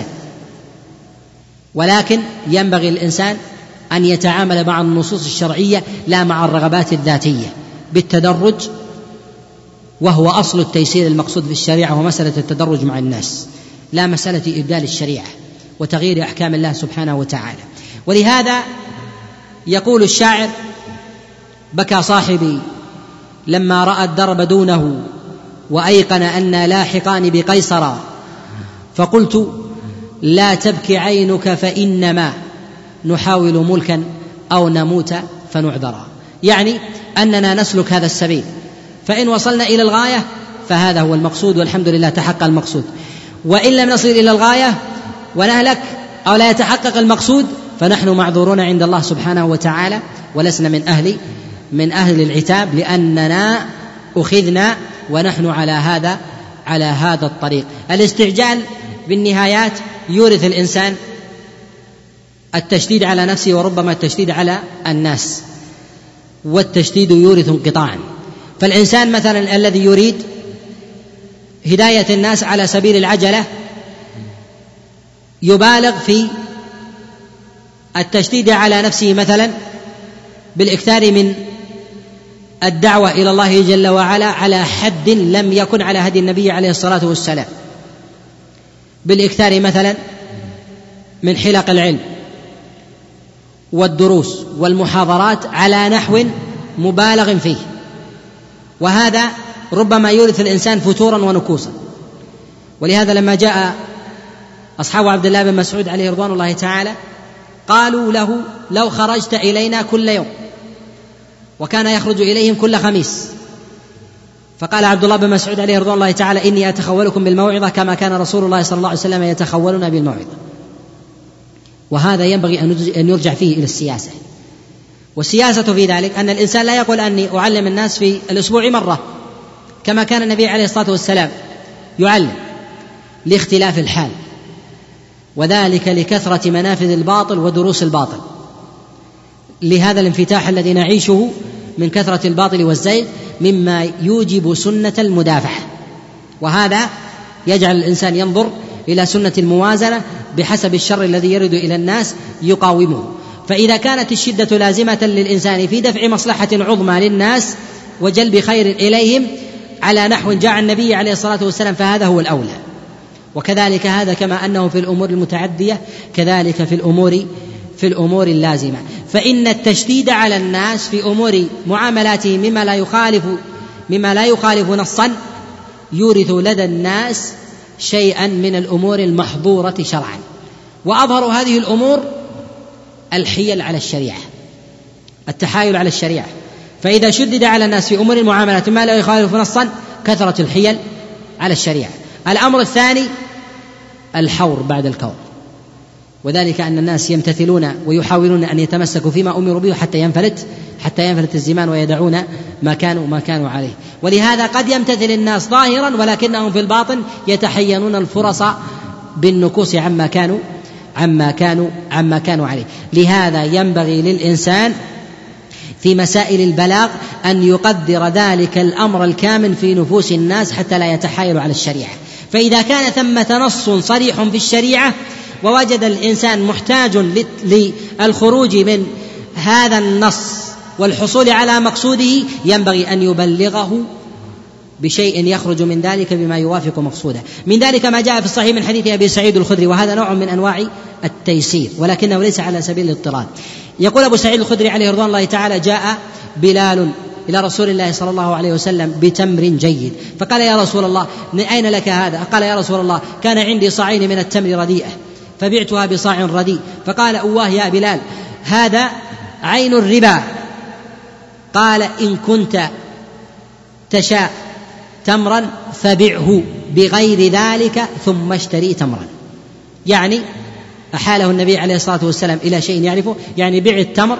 ولكن ينبغي الإنسان أن يتعامل مع النصوص الشرعية لا مع الرغبات الذاتية، بالتدرج وهو أصل التيسير المقصود في الشريعة، هو مسألة التدرج مع الناس، لا مسألة إبدال الشريعة وتغيير أحكام الله سبحانه وتعالى. ولهذا يقول الشاعر: بكى صاحبي لما رأى الدرب دونه وأيقن أن لاحقان بقيصر، فقلت لا تبكي عينك فإنما نحاول ملكا أو نموت فنعذرا. يعني أننا نسلك هذا السبيل، فإن وصلنا إلى الغاية فهذا هو المقصود والحمد لله تحقق المقصود، وإن لم نصل إلى الغاية ونهلك أو لا يتحقق المقصود فنحن معذورون عند الله سبحانه وتعالى، ولسنا من أهل من أهل العتاب، لأننا أخذنا ونحن على هذا على هذا الطريق. الاستعجال بالنهايات يورث الإنسان التشديد على نفسه وربما التشديد على الناس، والتشديد يورث انقطاعا. فالإنسان مثلا الذي يريد هداية الناس على سبيل العجلة يبالغ في التشديد على نفسه مثلا بالإكثار من الدعوة إلى الله جل وعلا على حد لم يكن على هدي النبي عليه الصلاة والسلام، بالإكثار مثلا من حلق العلم والدروس والمحاضرات على نحو مبالغ فيه، وهذا ربما يورث الإنسان فتورا ونكوصا. ولهذا لما جاء أصحاب عبد الله بن مسعود عليه رضوان الله تعالى قالوا له: لو خرجت إلينا كل يوم، وكان يخرج إليهم كل خميس، فقال عبد الله بن مسعود عليه رضوان الله تعالى: إني أتخولكم بالموعظة كما كان رسول الله صلى الله عليه وسلم يتخولنا بالموعظة. وهذا ينبغي أن يرجع فيه إلى السياسة، والسياسة في ذلك أن الإنسان لا يقول أني أعلم الناس في الأسبوع مرة كما كان النبي عليه الصلاة والسلام يعلم، لاختلاف الحال، وذلك لكثرة منافذ الباطل ودروس الباطل، لهذا الانفتاح الذي نعيشه من كثرة الباطل والزيغ مما يوجب سنة المدافعة، وهذا يجعل الإنسان ينظر إلى سنة الموازنة بحسب الشر الذي يرد إلى الناس يقاومه. فإذا كانت الشدة لازمة للإنسان في دفع مصلحة عظمى للناس وجلب خير إليهم على نحو جاء النبي عليه الصلاة والسلام فهذا هو الأولى. وكذلك هذا كما أنه في الأمور المتعدية كذلك في الأمور في الأمور اللازمة. فإن التشديد على الناس في أمور معاملاتهم مما لا يخالف مما لا يخالف نصا يورث لدى الناس شيئا من الأمور المحظورة شرعا. وأظهر هذه الأمور الحيل على الشريعة، التحايل على الشريعة. فإذا شدد على الناس في أمور المعاملات ما لا يخالف نصا كثرة الحيل على الشريعة. الأمر الثاني الحور بعد الكور، وذلك أن الناس يمتثلون ويحاولون أن يتمسكوا فيما أمروا به حتى ينفلت حتى ينفلت الزمان ويدعون ما كانوا ما كانوا عليه. ولهذا قد يمتثل الناس ظاهرا ولكنهم في الباطن يتحينون الفرص بالنكوص عما كانوا عما كانوا عما كانوا عليه. لهذا ينبغي للإنسان في مسائل البلاغ أن يقدر ذلك الأمر الكامن في نفوس الناس حتى لا يتحايل على الشريعة. فإذا كان ثمة نص صريح في الشريعة ووجد الإنسان محتاج للخروج من هذا النص والحصول على مقصوده ينبغي أن يبلغه بشيء يخرج من ذلك بما يوافق مقصوده. من ذلك ما جاء في الصحيح من حديث أبي سعيد الخدري، وهذا نوع من أنواع التيسير ولكنه ليس على سبيل الاضطرار. يقول أبو سعيد الخدري عليه رضوان الله تعالى: جاء بلال إلى رسول الله صلى الله عليه وسلم بتمر جيد، فقال: يا رسول الله من أين لك هذا؟ قال: يا رسول الله كان عندي صاعين من التمر رديئة فبعتها بصاع رديء. فقال: أواه يا بلال هذا عين الربا. قال: إن كنت تشاء تمرا فبعه بغير ذلك ثم اشتري تمرا. يعني أحاله النبي عليه الصلاة والسلام إلى شيء يعرفه، يعني بيع التمر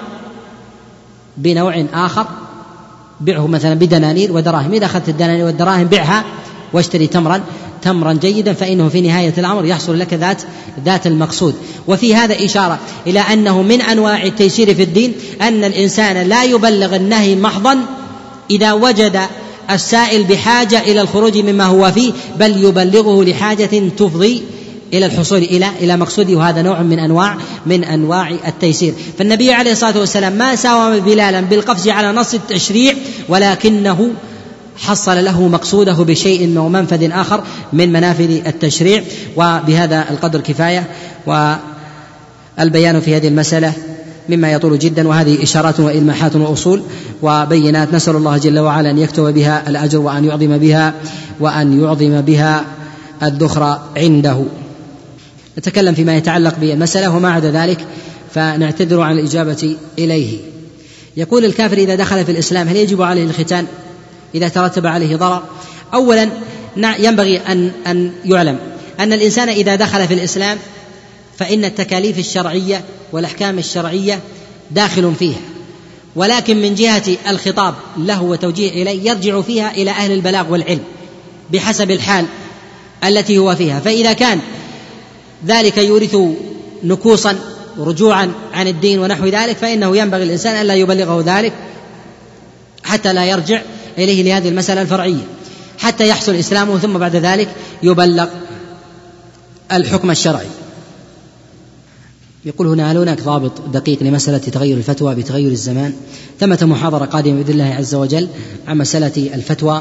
بنوع آخر، بيعه مثلا بدنانير ودراهم، إذا أخذت الدنانير والدراهم بيعها واشتري تمرا تمرا جيدا، فإنه في نهاية الأمر يحصل لك ذات ذات المقصود. وفي هذا إشارة إلى أنه من أنواع التيسير في الدين أن الإنسان لا يبلغ النهي محضا إذا وجد السائل بحاجة إلى الخروج مما هو فيه، بل يبلغه لحاجة تفضي إلى الحصول إلى إلى مقصوده، وهذا نوع من أنواع من أنواع التيسير. فالنبي عليه الصلاة والسلام ما ساوم بلالا بالقفز على نص التشريع، ولكنه حصل له مقصوده بشيء أو منفذ آخر من منافذ التشريع. وبهذا القدر كفاية، والبيان في هذه المسألة مما يطول جدا، وهذه إشارات وإلماحات وأصول وبينات، نسأل الله جل وعلا أن يكتب بها الأجر وأن يعظم بها وأن يعظم بها الذخر عنده. نتكلم فيما يتعلق بالمسألة، وما عدا ذلك فنعتذر عن الإجابة إليه. يقول: الكافر إذا دخل في الإسلام هل يجب عليه الختان إذا ترتب عليه ضرر؟ أولا ينبغي أن, أن يعلم أن الإنسان إذا دخل في الإسلام فإن التكاليف الشرعية والأحكام الشرعية داخل فيها، ولكن من جهة الخطاب له وتوجيه إليه يرجع فيها إلى أهل البلاغ والعلم بحسب الحال التي هو فيها. فإذا كان ذلك يورث نكوصا ورجوعا عن الدين ونحو ذلك فإنه ينبغي الإنسان أن لا يبلغه ذلك حتى لا يرجع إليه لهذه المسألة الفرعية حتى يحصل إسلامه، ثم بعد ذلك يبلغ الحكم الشرعي. يقول: هنا هل هناك ضابط دقيق لمسألة تغير الفتوى بتغير الزمان؟ ثمة محاضرة قادمة بإذن الله عز وجل عن مسألة الفتوى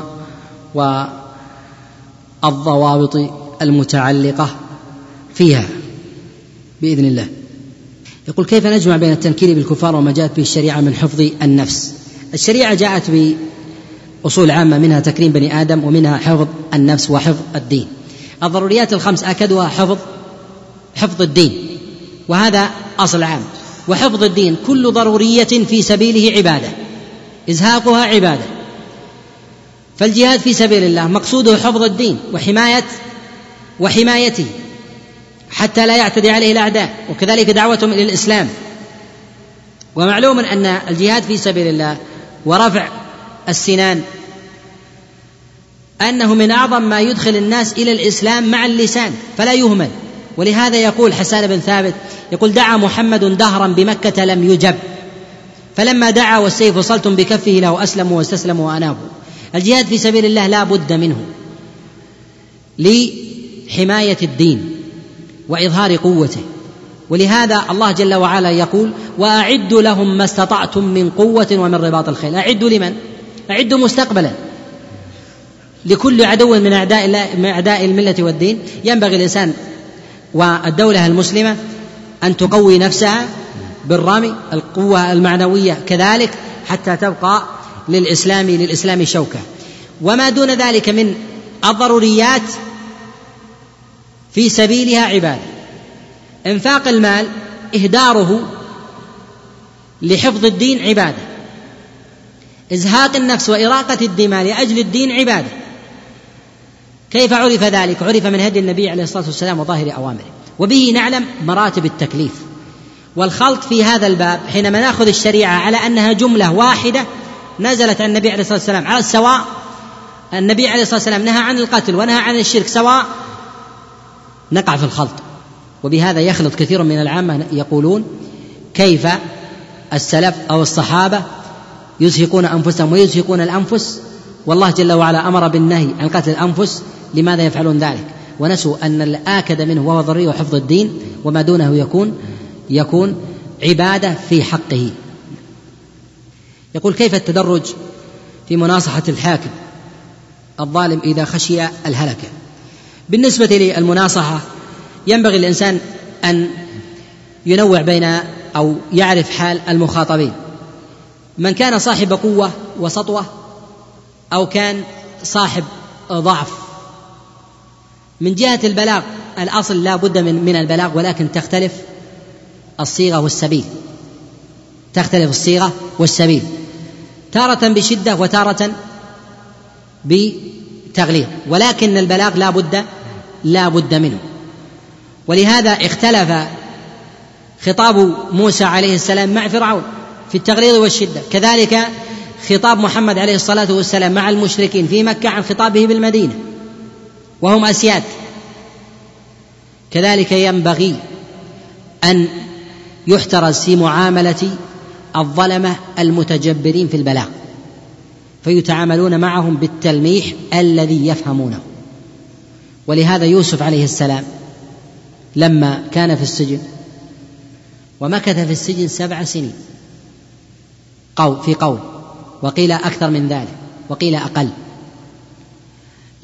والضوابط المتعلقة فيها بإذن الله. يقول: كيف نجمع بين التنكير بالكفار وما جاءت به الشريعة من حفظ النفس؟ الشريعة جاءت بأصول عامة، منها تكريم بني آدم، ومنها حفظ النفس وحفظ الدين. الضروريات الخمس أكدها حفظ حفظ الدين، وهذا أصل عام. وحفظ الدين كل ضرورية في سبيله عبادة، إزهاقها عبادة. فالجهاد في سبيل الله مقصوده حفظ الدين وحماية وحمايته حتى لا يعتدي عليه الأعداء، وكذلك دعوتهم إلى الإسلام. ومعلوم أن الجهاد في سبيل الله ورفع السنان أنه من أعظم ما يدخل الناس إلى الإسلام مع اللسان فلا يهمل. ولهذا يقول حسان بن ثابت يقول: دعا محمد دهرا بمكة لم يجب، فلما دعا والسيف صلتم بكفه له أسلموا واستسلموا وأنابوا. الجهاد في سبيل الله لا بد منه لحماية الدين وإظهار قوته. ولهذا الله جل وعلا يقول: وأعدوا لهم ما استطعتم من قوة ومن رباط الخيل. أعدوا لمن؟ أعدوا مستقبلا لكل عدو من أعداء الله من أعداء الملة والدين. ينبغي الإنسان والدولة المسلمة أن تقوي نفسها بالرمي، القوة المعنوية كذلك، حتى تبقى للإسلام للإسلام شوكة. وما دون ذلك من الضروريات في سبيلها عبادة. إنفاق المال إهداره لحفظ الدين عبادة، إزهاق النفس وإراقة الدماء لأجل الدين عبادة. كيف عرف ذلك؟ عرف من هدي النبي عليه الصلاة والسلام وظاهر أوامره، وبه نعلم مراتب التكليف. والخلط في هذا الباب حينما نأخذ الشريعة على أنها جملة واحدة نزلت عن النبي عليه الصلاة والسلام على السواء، النبي عليه الصلاة والسلام نهى عن القتل ونهى عن الشرك سواء، نقع في الخلط. وبهذا يخلط كثير من العامة يقولون: كيف السلف أو الصحابة يزهقون أنفسهم ويزهقون الأنفس، والله جل وعلا أمر بالنهي عن قتل الأنفس، لماذا يفعلون ذلك؟ ونسوا أن الآكد منه وهو ضروري وحفظ الدين، وما دونه يكون يكون عبادة في حقه. يقول: كيف التدرج في مناصحة الحاكم الظالم إذا خشي الهلكة؟ بالنسبة للمناصحة ينبغي الإنسان أن ينوع بين أو يعرف حال المخاطبين، من كان صاحب قوة وسطوة أو كان صاحب ضعف. من جهة البلاغ الأصل لا بد من, من البلاغ، ولكن تختلف الصيغة والسبيل، تختلف الصيغة والسبيل، تارة بشدة وتارة بتغليظ، ولكن البلاغ لا بد لا بد منه. ولهذا اختلف خطاب موسى عليه السلام مع فرعون في التغليظ والشدة، كذلك خطاب محمد عليه الصلاة والسلام مع المشركين في مكة عن خطابه بالمدينة وهم أسياد. كذلك ينبغي أن يحترز في معاملة الظلمة المتجبرين في البلاغ، فيتعاملون معهم بالتلميح الذي يفهمونه. ولهذا يوسف عليه السلام لما كان في السجن ومكث في السجن سبع سنين قول في قول، وقيل أكثر من ذلك وقيل أقل،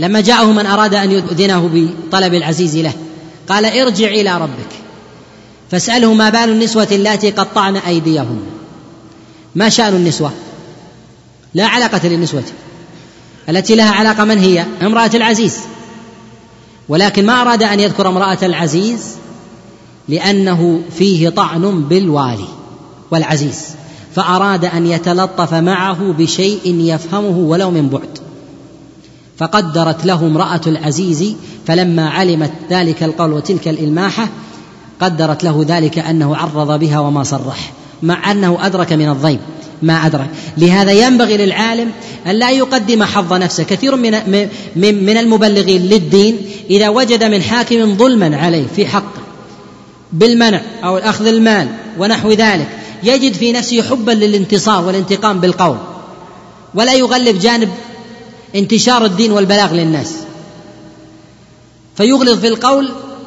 لما جاءه من أراد أن يؤذنه بطلب العزيز له قال ارجع إلى ربك فاسأله ما بال النسوة اللاتي قطعن أيديهن. ما شأن النسوة؟ لا علاقة للنسوة، التي لها علاقة من هي؟ امرأة العزيز، ولكن ما أراد أن يذكر امرأة العزيز لأنه فيه طعن بالوالي والعزيز، فأراد أن يتلطف معه بشيء يفهمه ولو من بعد، فقدرت له امرأة العزيز فلما علمت ذلك القول وتلك الإلماحة قدرت له ذلك أنه عرض بها وما صرح، مع أنه أدرك من الضيم ما أدرك. لهذا ينبغي للعالم أن لا يقدم حظ نفسه. كثير من من المبلغين للدين إذا وجد من حاكم ظلما عليه في حقه بالمنع أو أخذ المال ونحو ذلك يجد في نفسه حبا للانتصار والانتقام بالقول، ولا يغلب جانب انتشار الدين والبلاغ للناس، فيغلظ في القول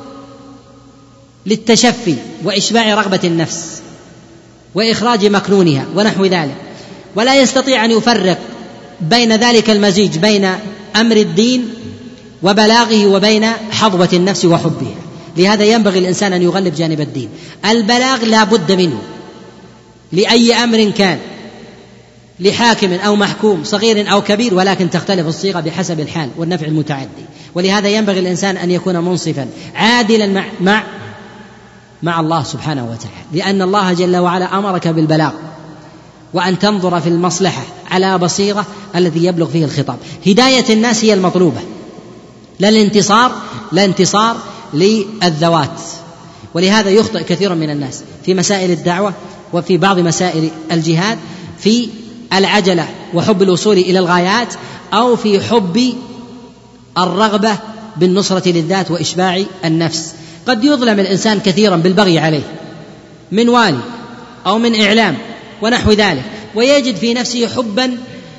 للتشفي وإشباع رغبة النفس وإخراج مكنونها ونحو ذلك، ولا يستطيع أن يفرق بين ذلك المزيج بين أمر الدين وبلاغه وبين حظوة النفس وحبها. لهذا ينبغي الإنسان أن يغلب جانب الدين. البلاغ لا بد منه لأي أمر كان، لحاكم أو محكوم صغير أو كبير، ولكن تختلف الصيغة بحسب الحال والنفع المتعدي. ولهذا ينبغي الإنسان أن يكون منصفا عادلا مع مع مع الله سبحانه وتعالى، لأن الله جل وعلا أمرك بالبلاغ وأن تنظر في المصلحة على بصيرة الذي يبلغ فيه الخطاب. هداية الناس هي المطلوبة، لا الانتصار لا انتصار للذوات. ولهذا يخطئ كثير من الناس في مسائل الدعوة وفي بعض مسائل الجهاد في العجلة وحب الوصول إلى الغايات، أو في حب الرغبة بالنصرة للذات وإشباع النفس. قد يظلم الإنسان كثيرا بالبغي عليه من والي أو من إعلام ونحو ذلك، ويجد في نفسه حبا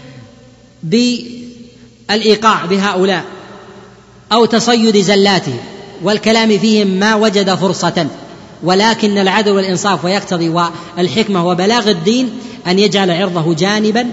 بالإيقاع بهؤلاء أو تصيد زلاته والكلام فيهم ما وجد فرصة. ولكن العدل والإنصاف ويقتضي والحكمة وبلاغ الدين أن يجعل عرضه جانبا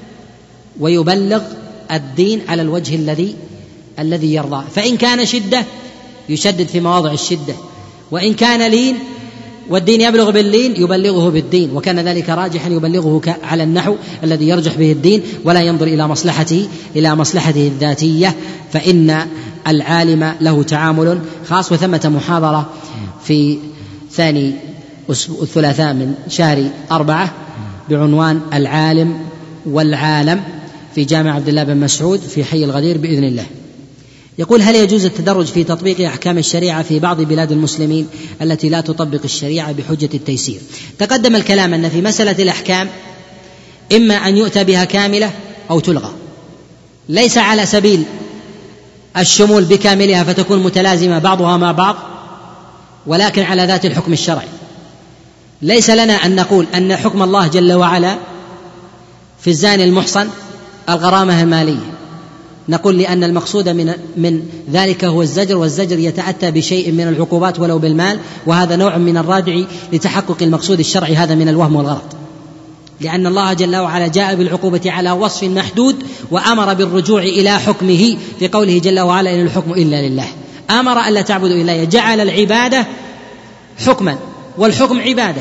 ويبلغ الدين على الوجه الذي الذي يرضى. فإن كان شدة يشدد في مواضع الشدة، وإن كان لين والدين يبلغ باللين يبلغه بالدين، وكان ذلك راجحا يبلغه على النحو الذي يرجح به الدين، ولا ينظر إلى مصلحته إلى مصلحته الذاتية، فإن العالم له تعامل خاص. وثمة محاضرة في ثاني الثلاثاء من شهر أربعة بعنوان العالم والعالم في جامع عبد الله بن مسعود في حي الغدير بإذن الله. يقول: هل يجوز التدرج في تطبيق أحكام الشريعة في بعض بلاد المسلمين التي لا تطبق الشريعة بحجة التيسير؟ تقدم الكلام أن في مسألة الأحكام إما أن يؤتى بها كاملة أو تلغى، ليس على سبيل الشمول بكاملها فتكون متلازمة بعضها مع بعض، ولكن على ذات الحكم الشرعي. ليس لنا أن نقول أن حكم الله جل وعلا في الزاني المحصن الغرامة المالية، نقول لأن المقصود من من ذلك هو الزجر، والزجر يتأتى بشيء من العقوبات ولو بالمال، وهذا نوع من الرادع لتحقق المقصود الشرعي، هذا من الوهم والغلط، لأن الله جل وعلا جاء بالعقوبة على وصف محدود وأمر بالرجوع إلى حكمه في قوله جل وعلا: إن الحكم إلا لله. أمر ألا تعبدوا إلا إياه، جعل العبادة حكما والحكم عبادة،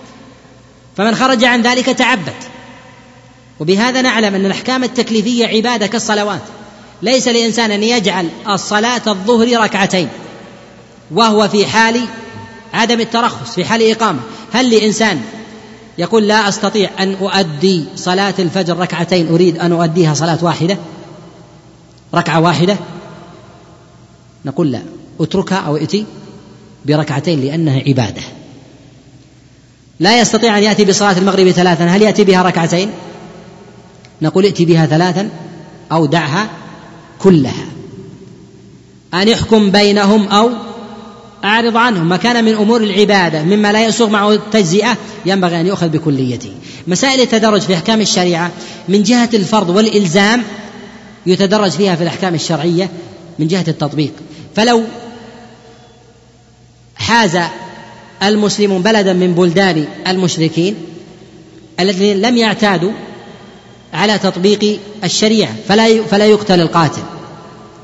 فمن خرج عن ذلك تعبد. وبهذا نعلم أن الأحكام التكليفية عبادة كالصلوات. ليس لإنسان أن يجعل الصلاة الظهر ركعتين وهو في حال عدم الترخص في حال إقامة. هل لإنسان يقول: لا أستطيع أن أؤدي صلاة الفجر ركعتين، أريد أن أؤديها صلاة واحدة ركعة واحدة؟ نقول: لا، اتركها أو ائتي بركعتين لأنها عبادة. لا يستطيع أن يأتي بصلاة المغرب ثلاثا، هل يأتي بها ركعتين؟ نقول: ائتي بها ثلاثا أو دعها كلها. أن يحكم بينهم أو أعرض عنهم. ما كان من أمور العبادة مما لا يسوغ معه التجزئة ينبغي أن يؤخذ بكليته. مسائل التدرج في أحكام الشريعة من جهة الفرض والإلزام يتدرج فيها في الأحكام الشرعية من جهة التطبيق. فلو حاز المسلمون بلدا من بلدان المشركين الذين لم يعتادوا على تطبيق الشريعة فلا فلا يقتل القاتل،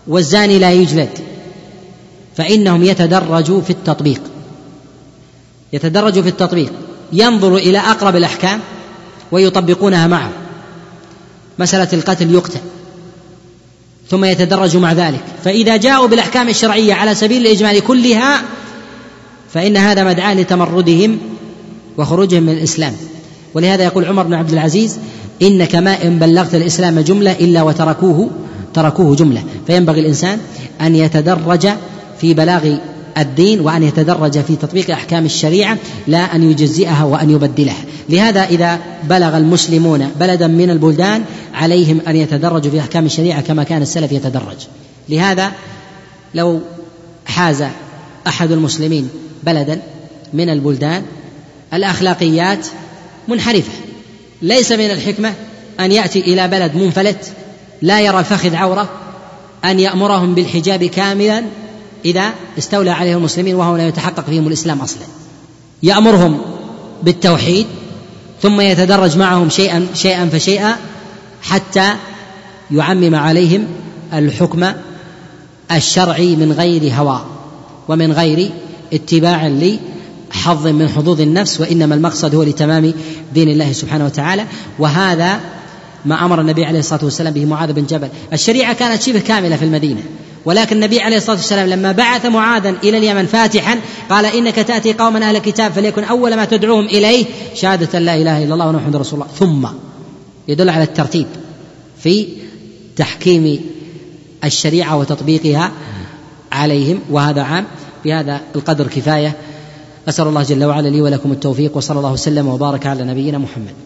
والزاني لا يجلد، فإنهم يتدرجوا في التطبيق يتدرجوا في التطبيق ينظر إلى أقرب الأحكام ويطبقونها معه. مسألة القتل يقتل، ثم يتدرج مع ذلك، فإذا جاءوا بالأحكام الشرعية على سبيل الإجمال كلها فإن هذا مدعاة لتمردهم وخروجهم من الإسلام. ولهذا يقول عمر بن عبد العزيز: إنك ما إن بلغت الإسلام جملة إلا وتركوه تركوه جملة. فينبغي الإنسان أن يتدرج في بلاغ الدين وأن يتدرج في تطبيق أحكام الشريعة، لا أن يجزئها وأن يبدلها. لهذا إذا بلغ المسلمون بلدا من البلدان عليهم أن يتدرجوا في أحكام الشريعة كما كان السلف يتدرج. لهذا لو حاز أحد المسلمين بلدا من البلدان الأخلاقيات منحرفة، ليس من الحكمة أن يأتي إلى بلد منفلت لا يرى الفخذ عورة أن يأمرهم بالحجاب كاملا إذا استولى عليه المسلمين وهو لا يتحقق فيهم الإسلام أصلا. يأمرهم بالتوحيد ثم يتدرج معهم شيئا شيئا فشيئا حتى يعمم عليهم الحكم الشرعي من غير هوى ومن غير اتباع لحظ من حظوظ النفس، وإنما المقصد هو لتمام دين الله سبحانه وتعالى. وهذا ما أمر النبي عليه الصلاة والسلام به معاذ بن جبل. الشريعة كانت شبه كاملة في المدينة، ولكن النبي عليه الصلاة والسلام لما بعث معاذا إلى اليمن فاتحا قال: إنك تأتي قوما أهل كتاب فليكن أول ما تدعوهم إليه شهادة لا إله إلا الله وأن محمد رسول الله. ثم يدل على الترتيب في تحكيم الشريعة وتطبيقها عليهم، وهذا عام. بهذا القدر كفاية. أسأل الله جل وعلا لي ولكم التوفيق، وصلى الله وسلم وبارك على نبينا محمد.